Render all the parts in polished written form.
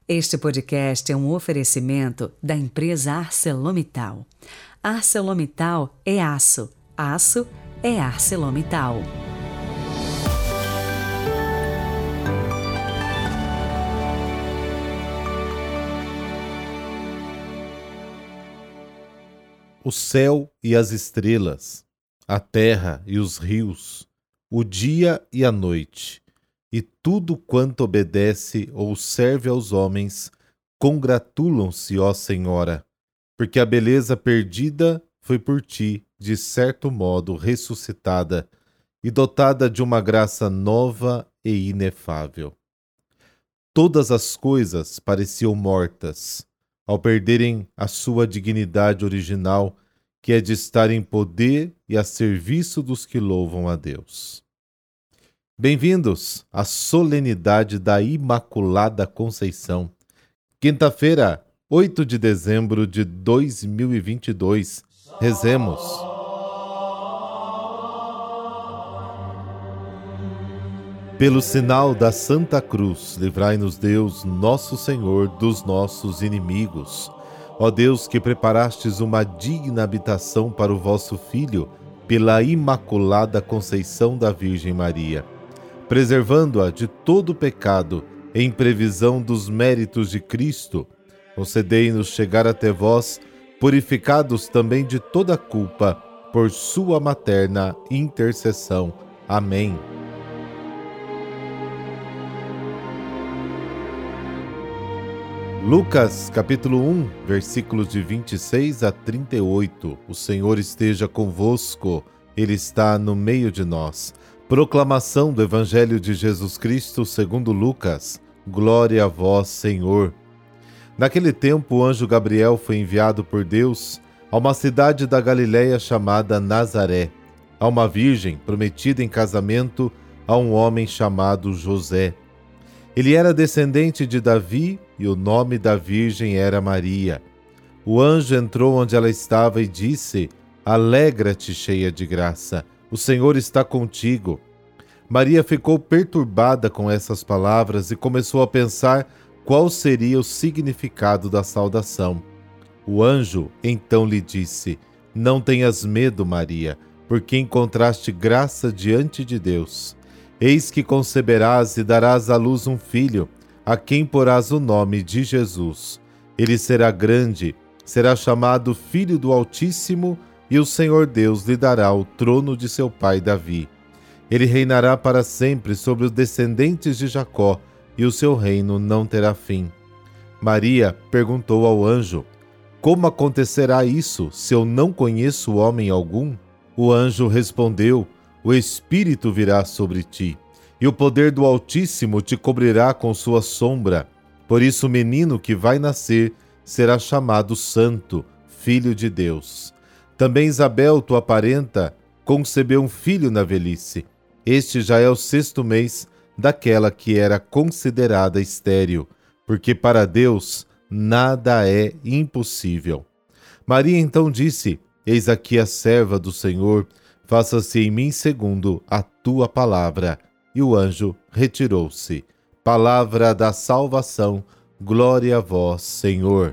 Este podcast é um oferecimento da empresa ArcelorMittal. ArcelorMittal é aço, aço é ArcelorMittal. O céu e as estrelas, a terra e os rios, o dia e a noite, e tudo quanto obedece ou serve aos homens, congratulam-se, ó Senhora, porque a beleza perdida foi por ti, de certo modo, ressuscitada e dotada de uma graça nova e inefável. Todas as coisas pareciam mortas, ao perderem a sua dignidade original, que é de estar em poder e a serviço dos que louvam a Deus. Bem-vindos à solenidade da Imaculada Conceição. Quinta-feira, 8 de dezembro de 2022. Rezemos. Pelo sinal da Santa Cruz, livrai-nos Deus, nosso Senhor, dos nossos inimigos. Ó Deus, que preparastes uma digna habitação para o vosso Filho, pela Imaculada Conceição da Virgem Maria, preservando-a de todo pecado, em previsão dos méritos de Cristo, concedei-nos chegar até vós, purificados também de toda culpa, por sua materna intercessão. Amém. Lucas, capítulo 1, versículos de 26 a 38. O Senhor esteja convosco, Ele está no meio de nós. Proclamação do Evangelho de Jesus Cristo segundo Lucas. Glória a vós, Senhor. Naquele tempo, o anjo Gabriel foi enviado por Deus a uma cidade da Galiléia chamada Nazaré, a uma virgem prometida em casamento a um homem chamado José. Ele era descendente de Davi e o nome da virgem era Maria. O anjo entrou onde ela estava e disse: Alegra-te, cheia de graça, o Senhor está contigo. Maria ficou perturbada com essas palavras e começou a pensar qual seria o significado da saudação. O anjo então lhe disse: Não tenhas medo, Maria, porque encontraste graça diante de Deus. Eis que conceberás e darás à luz um filho, a quem porás o nome de Jesus. Ele será grande, será chamado Filho do Altíssimo, e o Senhor Deus lhe dará o trono de seu pai Davi. Ele reinará para sempre sobre os descendentes de Jacó, e o seu reino não terá fim. Maria perguntou ao anjo: Como acontecerá isso, se eu não conheço homem algum? O anjo respondeu: O Espírito virá sobre ti, e o poder do Altíssimo te cobrirá com sua sombra. Por isso o menino que vai nascer será chamado Santo, Filho de Deus. Também Isabel, tua parenta, concebeu um filho na velhice. Este já é o 6º mês daquela que era considerada estéril, porque para Deus nada é impossível. Maria então disse: Eis aqui a serva do Senhor, faça-se em mim segundo a tua palavra. E o anjo retirou-se. Palavra da salvação, glória a vós, Senhor.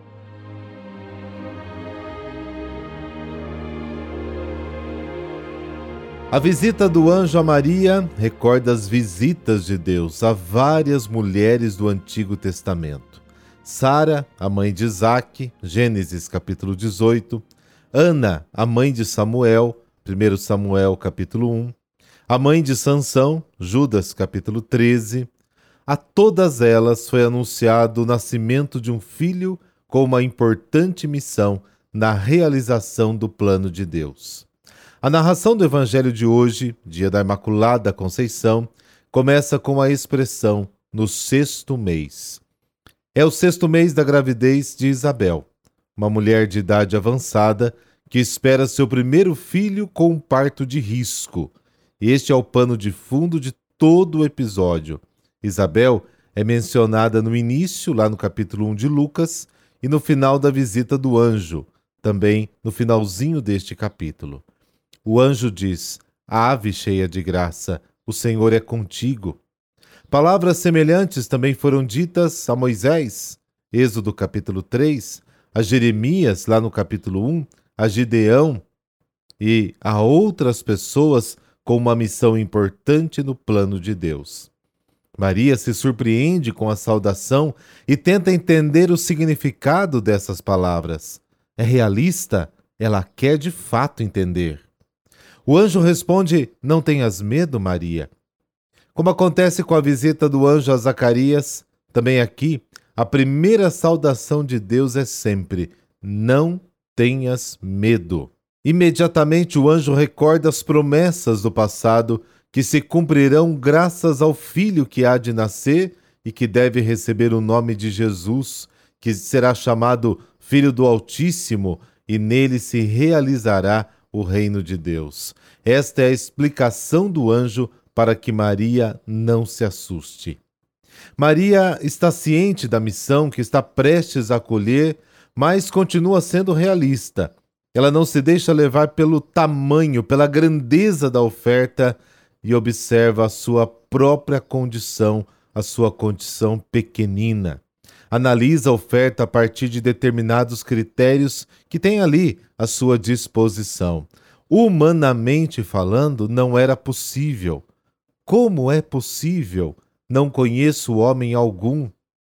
A visita do anjo a Maria recorda as visitas de Deus a várias mulheres do Antigo Testamento. Sara, a mãe de Isaque, Gênesis capítulo 18. Ana, a mãe de Samuel, 1 Samuel capítulo 1. A mãe de Sansão, Judas capítulo 13. A todas elas foi anunciado o nascimento de um filho com uma importante missão na realização do plano de Deus. A narração do Evangelho de hoje, dia da Imaculada Conceição, começa com a expressão no 6º mês. É o 6º mês da gravidez de Isabel, uma mulher de idade avançada que espera seu primeiro filho com um parto de risco. Este é o pano de fundo de todo o episódio. Isabel é mencionada no início, lá no capítulo 1 de Lucas, e no final da visita do anjo, também no finalzinho deste capítulo. O anjo diz: Ave cheia de graça, o Senhor é contigo. Palavras semelhantes também foram ditas a Moisés, Êxodo capítulo 3, a Jeremias, lá no capítulo 1, a Gideão e a outras pessoas com uma missão importante no plano de Deus. Maria se surpreende com a saudação e tenta entender o significado dessas palavras. É realista? Ela quer de fato entender. O anjo responde: não tenhas medo, Maria. Como acontece com a visita do anjo a Zacarias, também aqui, a primeira saudação de Deus é sempre: não tenhas medo. Imediatamente o anjo recorda as promessas do passado que se cumprirão graças ao filho que há de nascer e que deve receber o nome de Jesus, que será chamado Filho do Altíssimo, e nele se realizará o reino de Deus. Esta é a explicação do anjo para que Maria não se assuste. Maria está ciente da missão que está prestes a acolher, mas continua sendo realista. Ela não se deixa levar pelo tamanho, pela grandeza da oferta e observa a sua própria condição, a sua condição pequenina. Analisa a oferta a partir de determinados critérios que tem ali à sua disposição. Humanamente falando, não era possível. Como é possível? Não conheço homem algum.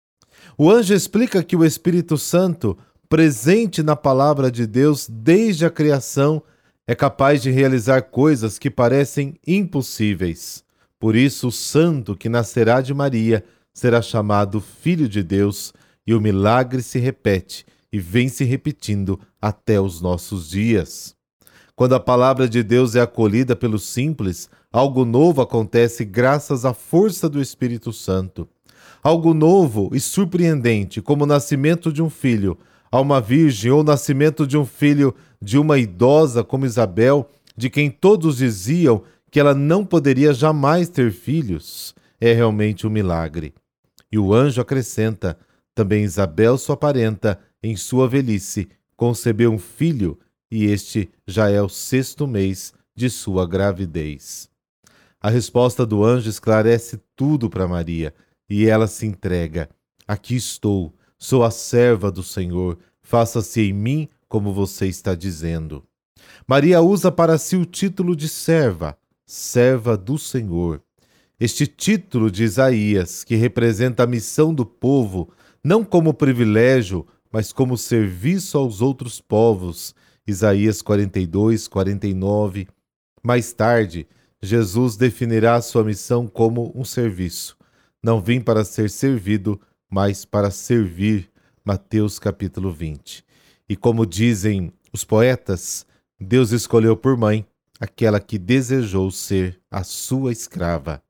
O anjo explica que o Espírito Santo, presente na palavra de Deus desde a criação, é capaz de realizar coisas que parecem impossíveis. Por isso, o santo que nascerá de Maria será chamado Filho de Deus, e o milagre se repete e vem se repetindo até os nossos dias. Quando a palavra de Deus é acolhida pelos simples, algo novo acontece graças à força do Espírito Santo. Algo novo e surpreendente, como o nascimento de um filho a uma virgem ou o nascimento de um filho de uma idosa como Isabel, de quem todos diziam que ela não poderia jamais ter filhos, é realmente um milagre. E o anjo acrescenta: também Isabel, sua parenta, em sua velhice, concebeu um filho, e este já é o 6º mês de sua gravidez. A resposta do anjo esclarece tudo para Maria, e ela se entrega. Aqui estou, sou a serva do Senhor, faça-se em mim como você está dizendo. Maria usa para si o título de serva, serva do Senhor. Este título de Isaías, que representa a missão do povo, não como privilégio, mas como serviço aos outros povos. Isaías 42, 49. Mais tarde, Jesus definirá sua missão como um serviço. Não vim para ser servido, mas para servir. Mateus capítulo 20. E como dizem os poetas, Deus escolheu por mãe aquela que desejou ser a sua escrava.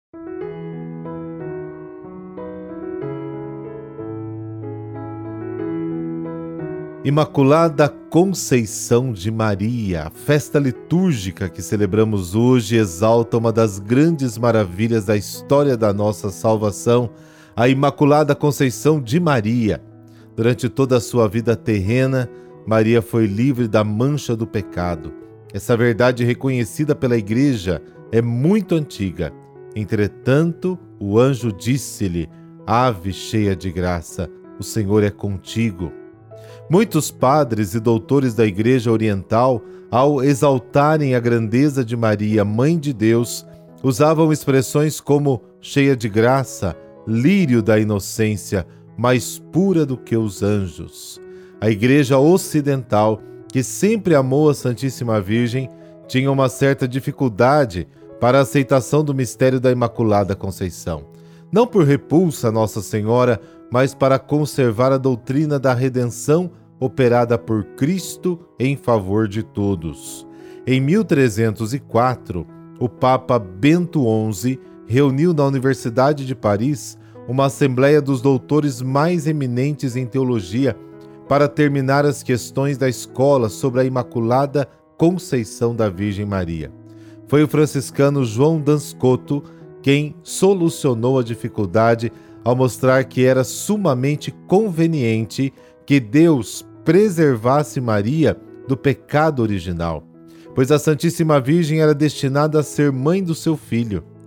Imaculada Conceição de Maria, a festa litúrgica que celebramos hoje, exalta uma das grandes maravilhas da história da nossa salvação, a Imaculada Conceição de Maria. Durante toda a sua vida terrena, Maria foi livre da mancha do pecado. Essa verdade reconhecida pela Igreja é muito antiga. Entretanto, o anjo disse-lhe: Ave cheia de graça, o Senhor é contigo. Muitos padres e doutores da Igreja Oriental, ao exaltarem a grandeza de Maria, Mãe de Deus, usavam expressões como cheia de graça, lírio da inocência, mais pura do que os anjos. A Igreja Ocidental, que sempre amou a Santíssima Virgem, tinha uma certa dificuldade para a aceitação do mistério da Imaculada Conceição. Não por repulsa a Nossa Senhora, mas para conservar a doutrina da redenção operada por Cristo em favor de todos. Em 1304, o Papa Bento XI reuniu na Universidade de Paris uma assembleia dos doutores mais eminentes em teologia para terminar as questões da escola sobre a Imaculada Conceição da Virgem Maria. Foi o franciscano João Danscoto quem solucionou a dificuldade ao mostrar que era sumamente conveniente que Deus preservasse Maria do pecado original, pois a Santíssima Virgem era destinada a ser mãe do seu filho.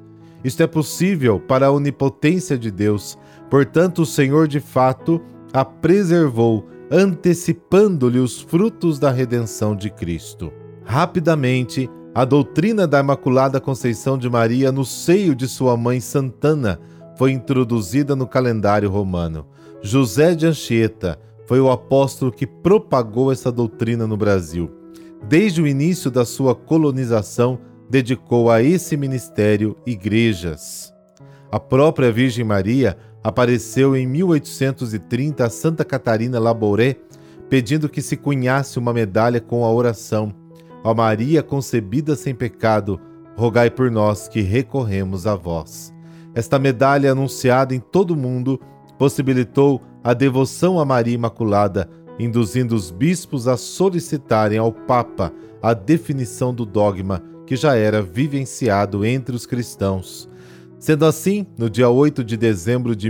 Isto é possível para a onipotência de Deus. Portanto, o Senhor de fato a preservou, antecipando-lhe os frutos da redenção de Cristo. Rapidamente, a doutrina da Imaculada Conceição de Maria no seio de sua mãe Santana foi introduzida no calendário romano. José de Anchieta foi o apóstolo que propagou essa doutrina no Brasil. Desde o início da sua colonização, dedicou a esse ministério igrejas. A própria Virgem Maria apareceu em 1830 a Santa Catarina Labouré, pedindo que se cunhasse uma medalha com a oração: ó Maria concebida sem pecado, rogai por nós que recorremos a vós. Esta medalha, anunciada em todo o mundo, possibilitou a devoção a Maria Imaculada, induzindo os bispos a solicitarem ao Papa a definição do dogma que já era vivenciado entre os cristãos. Sendo assim, no dia 8 de dezembro de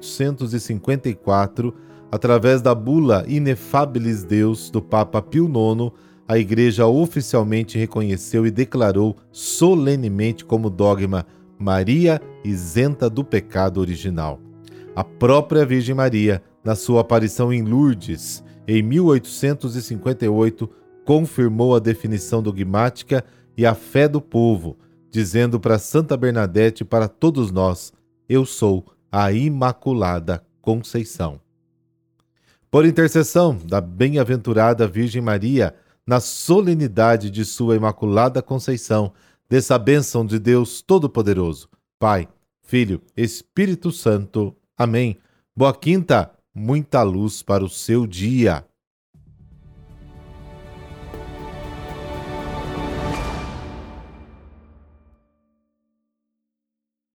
1854, através da bula Ineffabilis Deus do Papa Pio IX, a Igreja oficialmente reconheceu e declarou solenemente como dogma Maria isenta do pecado original. A própria Virgem Maria, na sua aparição em Lourdes, em 1858, confirmou a definição dogmática e a fé do povo, dizendo para Santa Bernadette e para todos nós: eu sou a Imaculada Conceição. Por intercessão da bem-aventurada Virgem Maria, na solenidade de sua Imaculada Conceição, dessa bênção de Deus Todo-Poderoso, Pai, Filho, Espírito Santo. Amém. Boa quinta, muita luz para o seu dia.